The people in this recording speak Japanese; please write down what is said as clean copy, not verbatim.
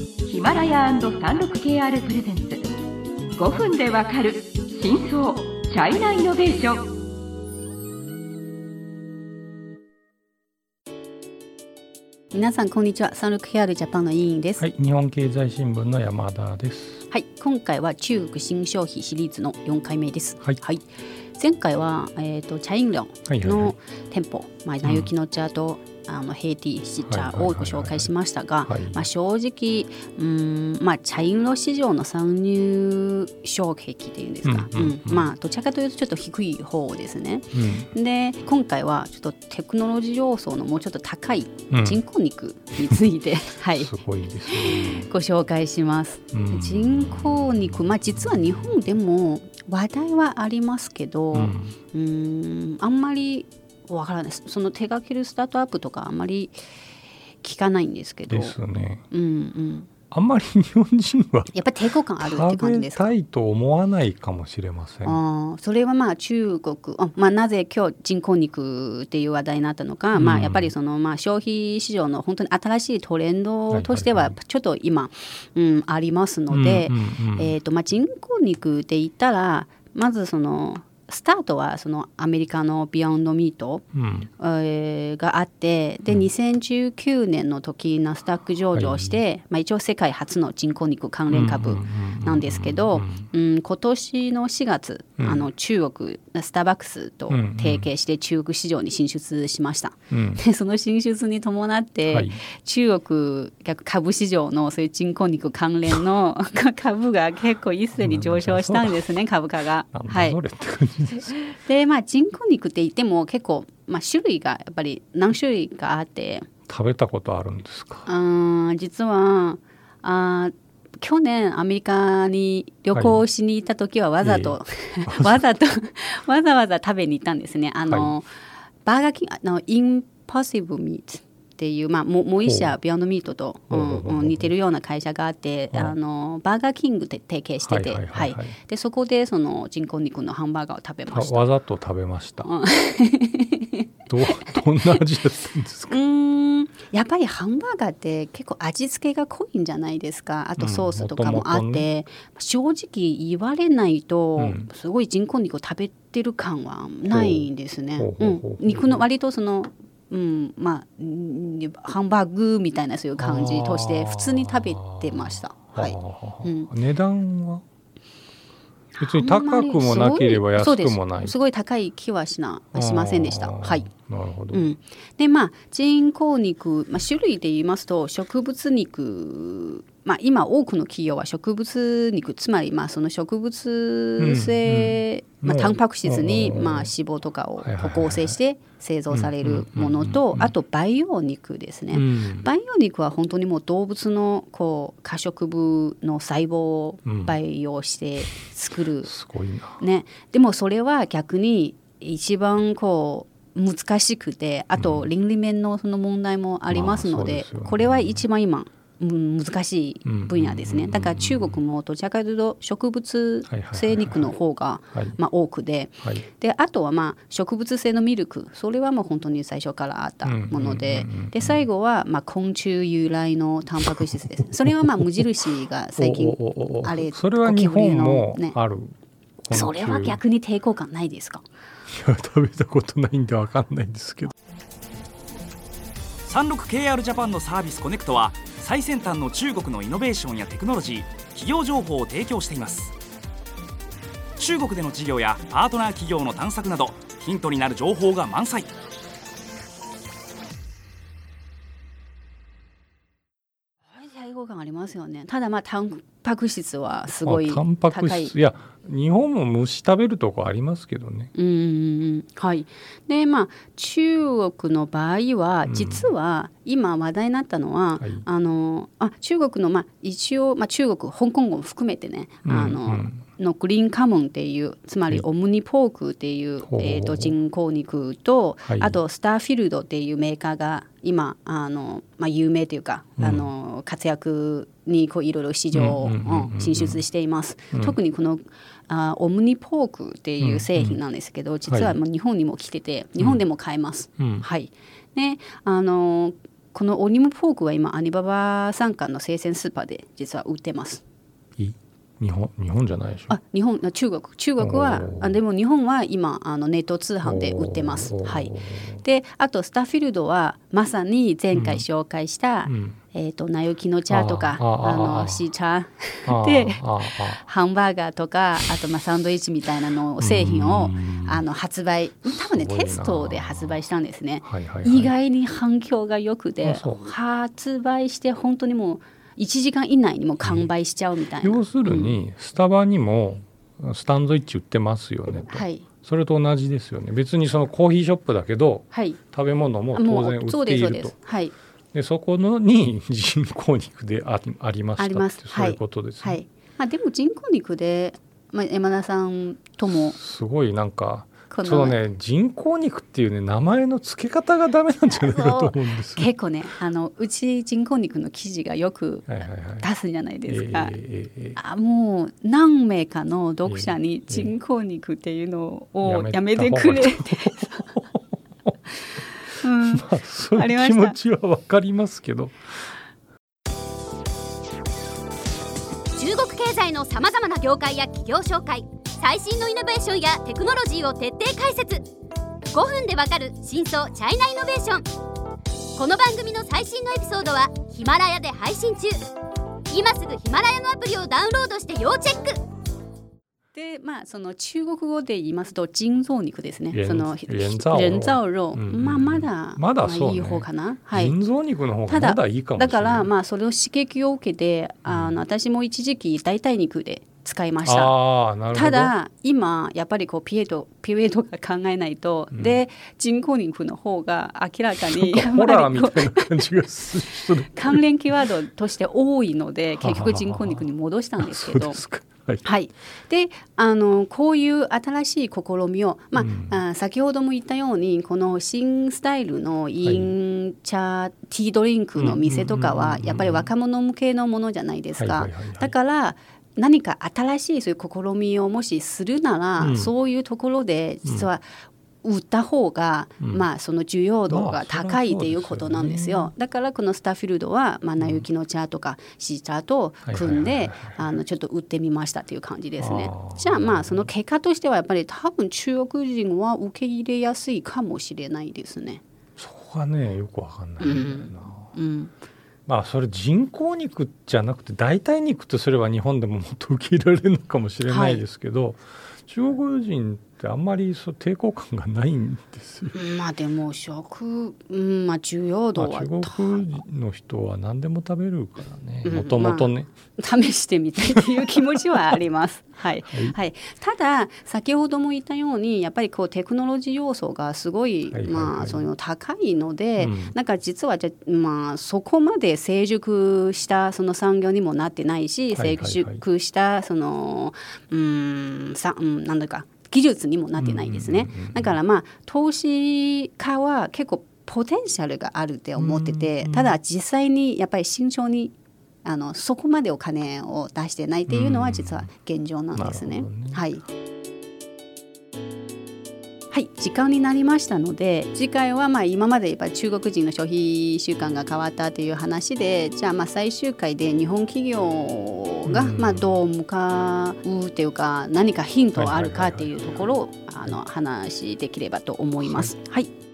ヒマラヤ&36KRプレゼンツ5分でわかる真相チャイナイノベーション。 皆さんこんにちは。36KRジャパンの委員です。 はい、日本経済新聞の山田です。 はい、今回は中国新消費シリーズの4回目です。 はい、 はい、前回は、チャインリョンの店舗、ナユキノ茶とヘイティシ茶をご紹介しましたが、正直、チャインロ市場の参入障壁っていうんですか、どちらかというとちょっと低い方ですね、で今回はちょっとテクノロジー要素のもうちょっと高い人工肉について、 すごいですね、 ご紹介します、人工肉、実は日本でも話題はありますけど、あんまりわからないです。その手掛けるスタートアップとかあんまり聞かないんですけどですね、あんまり日本人はやっぱり抵抗感あるって感じですか。 食べたいと思わないかもしれません。 それは中国、なぜ今日人工肉っていう話題になったのか、やっぱりその消費市場の本当に新しいトレンドとしてはちょっと今、ありますので、人工肉って言ったらまずそのスタートはそのアメリカのビヨンドミート、があって、で2019年の時ナスダック上場して、一応世界初の人工肉関連株なんですけど、今年の4月、中国スターバックスと提携して中国市場に進出しました、でその進出に伴って、中国株市場のそういう人工肉関連の株が結構一斉に上昇したんですね、株価が。で人工肉って言っても結構、種類がやっぱり何種類かあって。 食べたことあるんですか。 実は去年アメリカに旅行しに行った時はわざとわざわざ食べに行ったんですね。バーガーキングインポッシブルミートっていう、もう一社ビヨンドミートと、似てるような会社があって、バーガーキングで提携してて、でそこでその人工肉のハンバーガーを食べました。 わざと食べました。どんな味だったんですか。 やっぱりハンバーガーって結構味付けが濃いんじゃないですか。あとソースとかもあって、正直言われないと、すごい人工肉を食べてる感はないんですね。肉の割とそのハンバーグみたいなそういう感じとして普通に食べてました。 値段は別に高くもなければ安くもない。 すごい高い気はしませんでした。 なるほど。 で人工肉、種類で言いますと植物肉、今多くの企業は植物肉、つまりその植物性、タンパク質に脂肪とかを合成して製造されるものと、あと培養肉ですね。培養肉は本当にもう動物の可食部の細胞を培養して作る、 すごいな、 ね。でもそれは逆に一番難しくて、あと倫理面のその問題もありますので、これは一番今難しい分野ですね。だから中国もどちらかというと植物性肉の方が多くで、あとは植物性のミルク、それはもう本当に最初からあったもので、最後は昆虫由来のタンパク質です。それは無印が最近あれ、 それは日本もある。 それは逆に抵抗感ないですか。 いや、食べたことないんで分かんないんですけど。 36KR ジャパンのサービスコネクトは最先端の中国のイノベーションやテクノロジー、企業情報を提供しています。中国での事業やパートナー企業の探索などヒントになる情報が満載。 抵抗感ありますよね。ただタンパク質はすごい高い。 タンパク質、いや日本も虫食べるとこありますけどね。で中国の場合は実は今話題になったのは、中国の一応中国香港も含めてね、のグリーンカモンっていう、つまりオムニポークっていう、人工肉と、あとスターフィールドっていうメーカーが今有名というか、活躍にいろいろ市場を進出しています。特にこのオムニポークっていう製品なんですけど、実はもう日本にも来てて、日本でも買えます。ね、 このオニムポークは今アリババ傘下の生鮮スーパーで実は売ってます。 日本じゃないでしょ。 中国はでも日本は今ネット通販で売ってます。はい。であとスタッフィールドはまさに前回紹介した、ナユキの茶とかシーチャでハンバーガーとかあとサンドイッチみたいなの製品を発売、多分ねテストで発売したんですね。意外に反響が良くて発売して本当にもう1時間以内にも完売しちゃうみたいな。 要するにスタバにもスタンドイッチ売ってますよねと、それと同じですよね。別にそのコーヒーショップだけど、食べ物も当然売っていると。でそこのに人工肉でありましたってそういうことですね。 でも人工肉で、山田さんともすごいなんかそのね人工肉っていうね名前の付け方がダメなんじゃないかと思うんです結構ねうち人工肉の記事がよく出すんじゃないですか。もう何名かの読者に人工肉っていうのをやめてくれってそういう気持ちは分かりますけど。 中国経済のさまざまな業界や企業紹介、最新のイノベーションやテクノロジーを徹底解説。5分でわかる真相チャイナイノベーション。この番組の最新のエピソードはヒマラヤで配信中。今すぐヒマラヤのアプリをダウンロードして要チェック。 でその中国語で言いますと人造肉ですね。 人造肉、まだいい方かな。 人造肉の方がまだいいかもしれない。だからそれを刺激を受けて私も一時期代替肉で使いました。ただ今やっぱりピエトが考えないと、で人工肉の方が明らかにホラーみたいな感じがする関連キーワードとして多いので結局人工肉に戻したんですけどでこういう新しい試みを、先ほども言ったようにこの新スタイルのイン茶ティードリンクの店とかはやっぱり若者向けのものじゃないですか。だから何か新しいそういう試みをもしするなら、そういうところで実は売った方が、その需要度が高いということなんですよ。だからこのスタッフィールドはナユキの茶とかシーチャと組んでちょっと売ってみましたという感じですね。じゃあその結果としてはやっぱり多分中国人は受け入れやすいかもしれないですね。 そこがねよくわかんないんだよな。それ人工肉じゃなくて代替肉とすれば日本でももっと受け入れられるのかもしれないですけど、中国人ってあんまり抵抗感がないんですよ。 でも需要度は中国の人は何でも食べるからね、もともとね、 試してみたいという気持ちはありますただ先ほども言ったようにやっぱりテクノロジー要素がすごいそういうの高いので、なんか実はそこまで成熟したその産業にもなってないし、成熟したそのなんだか技術にもなってないですね。だから投資家は結構ポテンシャルがあるって思ってて、ただ実際にやっぱり慎重にそこまでお金を出してないっていうのは実は現状なんですね。時間になりましたので、次回は今までやっぱり中国人の消費習慣が変わったという話で、じゃあ最終回で日本企業がどう向かうというか何かヒントあるかっていうところを話できればと思います。